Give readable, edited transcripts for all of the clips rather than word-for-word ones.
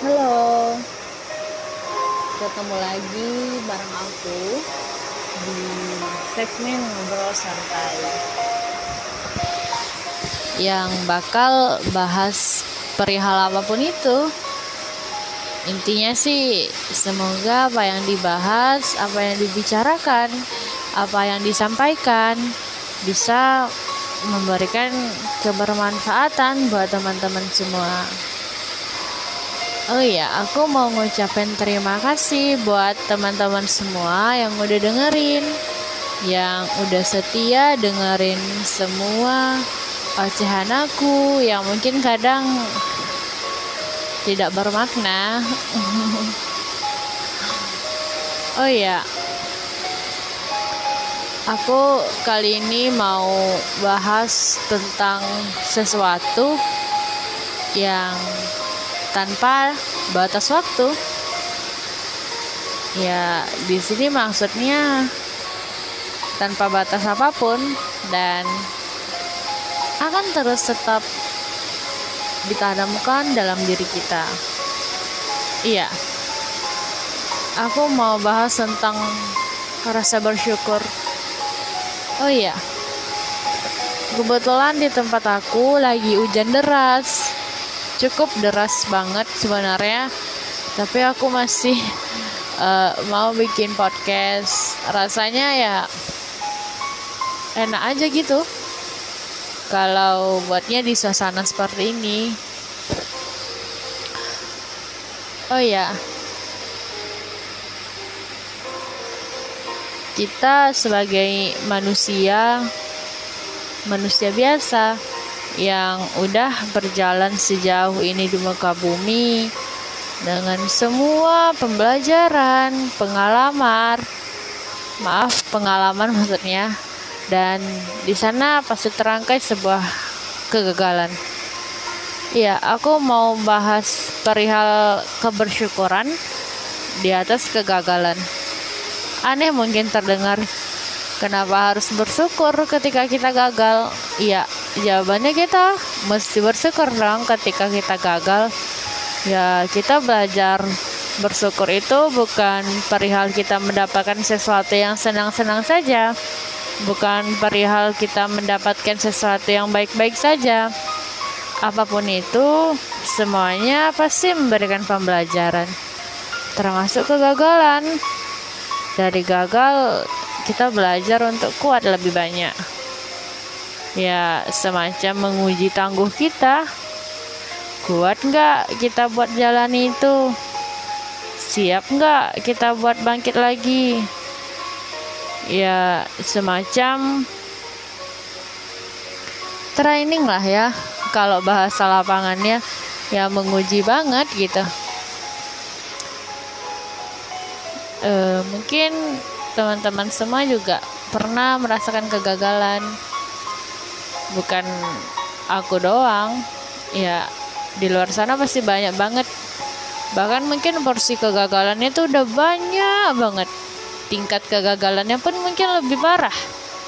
Halo, ketemu lagi bareng aku di segmen ngobrol santai yang bakal bahas perihal apapun itu. Intinya sih semoga apa yang dibahas, apa yang dibicarakan, apa yang disampaikan bisa memberikan kebermanfaatan buat teman-teman semua. Oh iya, aku mau ngucapin terima kasih buat teman-teman semua yang udah dengerin, yang udah setia dengerin semua ocehan aku yang mungkin kadang tidak bermakna. Oh iya, aku kali ini mau bahas tentang sesuatu yang tanpa batas waktu. Ya, di sini maksudnya tanpa batas apapun dan akan terus tetap ditanamkan dalam diri kita. Iya. Aku mau bahas tentang rasa bersyukur. Oh iya. Kebetulan di tempat aku lagi hujan deras. Cukup deras banget sebenarnya, tapi aku masih mau bikin podcast. Rasanya ya enak aja gitu kalau buatnya di suasana seperti ini. Oh ya, kita sebagai manusia biasa yang udah berjalan sejauh ini di muka bumi dengan semua pembelajaran, pengalaman maksudnya, dan di sana pasti terangkai sebuah kegagalan. Ya, aku mau bahas perihal kebersyukuran di atas kegagalan. Aneh mungkin terdengar, kenapa harus bersyukur ketika kita gagal? Iya, jawabannya kita mesti bersyukur dong ketika kita gagal. Ya, kita belajar bersyukur itu bukan perihal kita mendapatkan sesuatu yang senang-senang saja, bukan perihal kita mendapatkan sesuatu yang baik-baik saja. Apapun itu, semuanya pasti memberikan pembelajaran, termasuk kegagalan. Dari gagal, kita belajar untuk kuat lebih banyak. Ya, semacam menguji tangguh kita. Kuat nggak kita buat jalan itu? Siap nggak kita buat bangkit lagi? Ya, semacam training lah ya. Kalau bahasa lapangannya, ya menguji banget gitu. Mungkin teman-teman semua juga pernah merasakan kegagalan. Bukan aku doang. Ya, di luar sana pasti banyak banget. Bahkan mungkin porsi kegagalannya itu udah banyak banget. Tingkat kegagalannya pun mungkin lebih parah.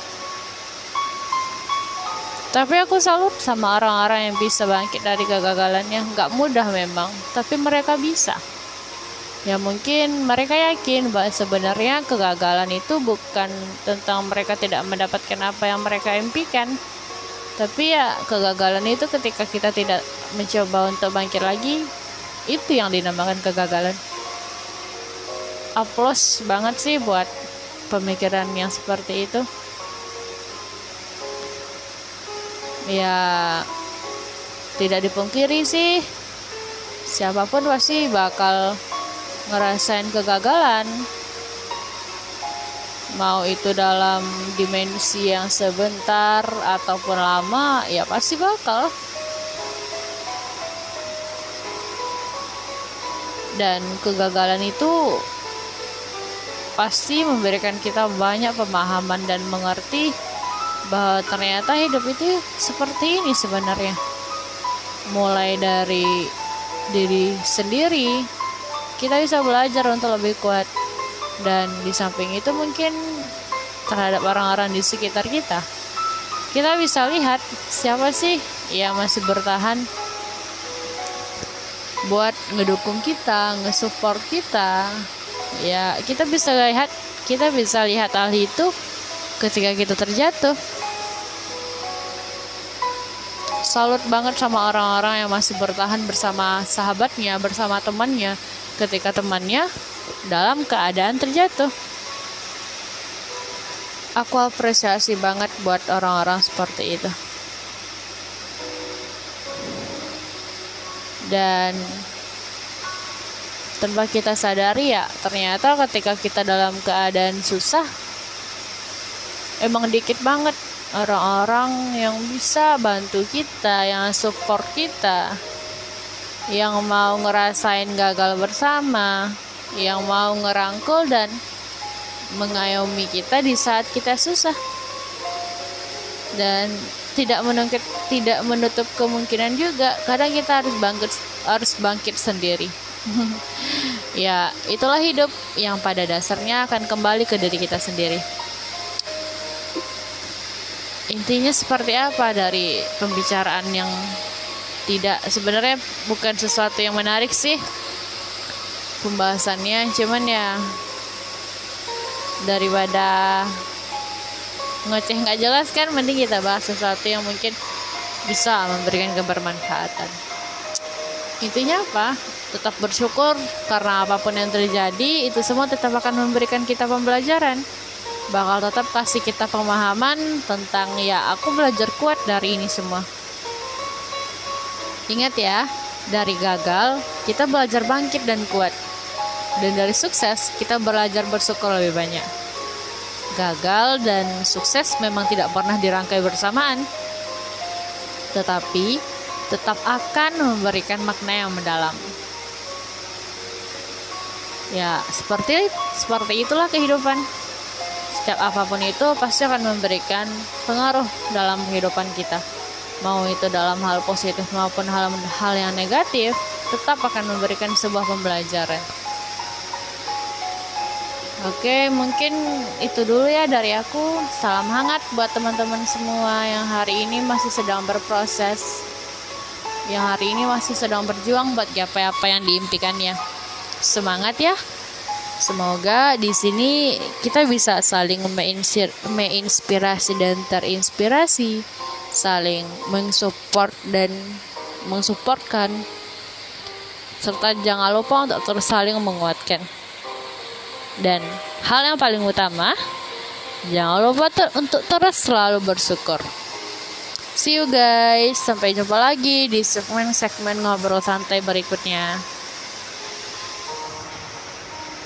Tapi aku salut sama orang-orang yang bisa bangkit dari kegagalannya. Gak mudah memang, tapi mereka bisa. Ya mungkin mereka yakin bahwa sebenarnya kegagalan itu bukan tentang mereka tidak mendapatkan apa yang mereka impikan. Tapi ya kegagalan itu ketika kita tidak mencoba untuk bangkit lagi, itu yang dinamakan kegagalan. Aplaus banget sih buat pemikiran yang seperti itu. Ya, tidak dipungkiri sih, siapapun pasti bakal ngerasain kegagalan. Mau itu dalam dimensi yang sebentar ataupun lama, ya pasti bakal. Dan kegagalan itu pasti memberikan kita banyak pemahaman dan mengerti bahwa ternyata hidup itu seperti ini sebenarnya. Mulai dari diri sendiri, kita bisa belajar untuk lebih kuat. Dan di samping itu mungkin terhadap orang-orang di sekitar kita. Kita bisa lihat siapa sih yang masih bertahan buat ngedukung kita, nge-support kita. Ya, kita bisa lihat hal itu ketika kita terjatuh. Salut banget sama orang-orang yang masih bertahan bersama sahabatnya, bersama temannya ketika temannya dalam keadaan terjatuh. Aku apresiasi banget buat orang-orang seperti itu. Dan tanpa kita sadari ya, ternyata ketika kita dalam keadaan susah, emang dikit banget orang-orang yang bisa bantu kita, yang support kita, yang mau ngerasain gagal bersama, yang mau ngerangkul dan mengayomi kita di saat kita susah. Dan tidak menutup kemungkinan juga kadang kita harus bangkit sendiri. Ya, itulah hidup yang pada dasarnya akan kembali ke diri kita sendiri. Intinya seperti apa dari pembicaraan yang sebenarnya bukan sesuatu yang menarik sih pembahasannya, cuman ya daripada ngoceh nggak jelas kan, mending kita bahas sesuatu yang mungkin bisa memberikan kebermanfaatan. Intinya apa? Tetap bersyukur, karena apapun yang terjadi itu semua tetap akan memberikan kita pembelajaran, bakal tetap kasih kita pemahaman tentang ya aku belajar kuat dari ini semua. Ingat ya, dari gagal kita belajar bangkit dan kuat, dan dari sukses kita belajar bersyukur lebih banyak. Gagal dan sukses memang tidak pernah dirangkai bersamaan, tetapi tetap akan memberikan makna yang mendalam. Ya, seperti itulah kehidupan. Setiap apapun itu pasti akan memberikan pengaruh dalam kehidupan kita. Mau itu dalam hal positif maupun hal yang negatif, tetap akan memberikan sebuah pembelajaran. Oke, mungkin itu dulu ya dari aku. Salam hangat buat teman-teman semua yang hari ini masih sedang berproses, yang hari ini masih sedang berjuang buat gapai apa yang diimpikannya. Semangat ya. Semoga di sini kita bisa saling menginspirasi dan terinspirasi, saling mensupport dan mensupportkan, serta jangan lupa untuk terus saling menguatkan. Dan hal yang paling utama, jangan lupa untuk terus selalu bersyukur. See you guys, sampai jumpa lagi di segmen ngobrol santai berikutnya.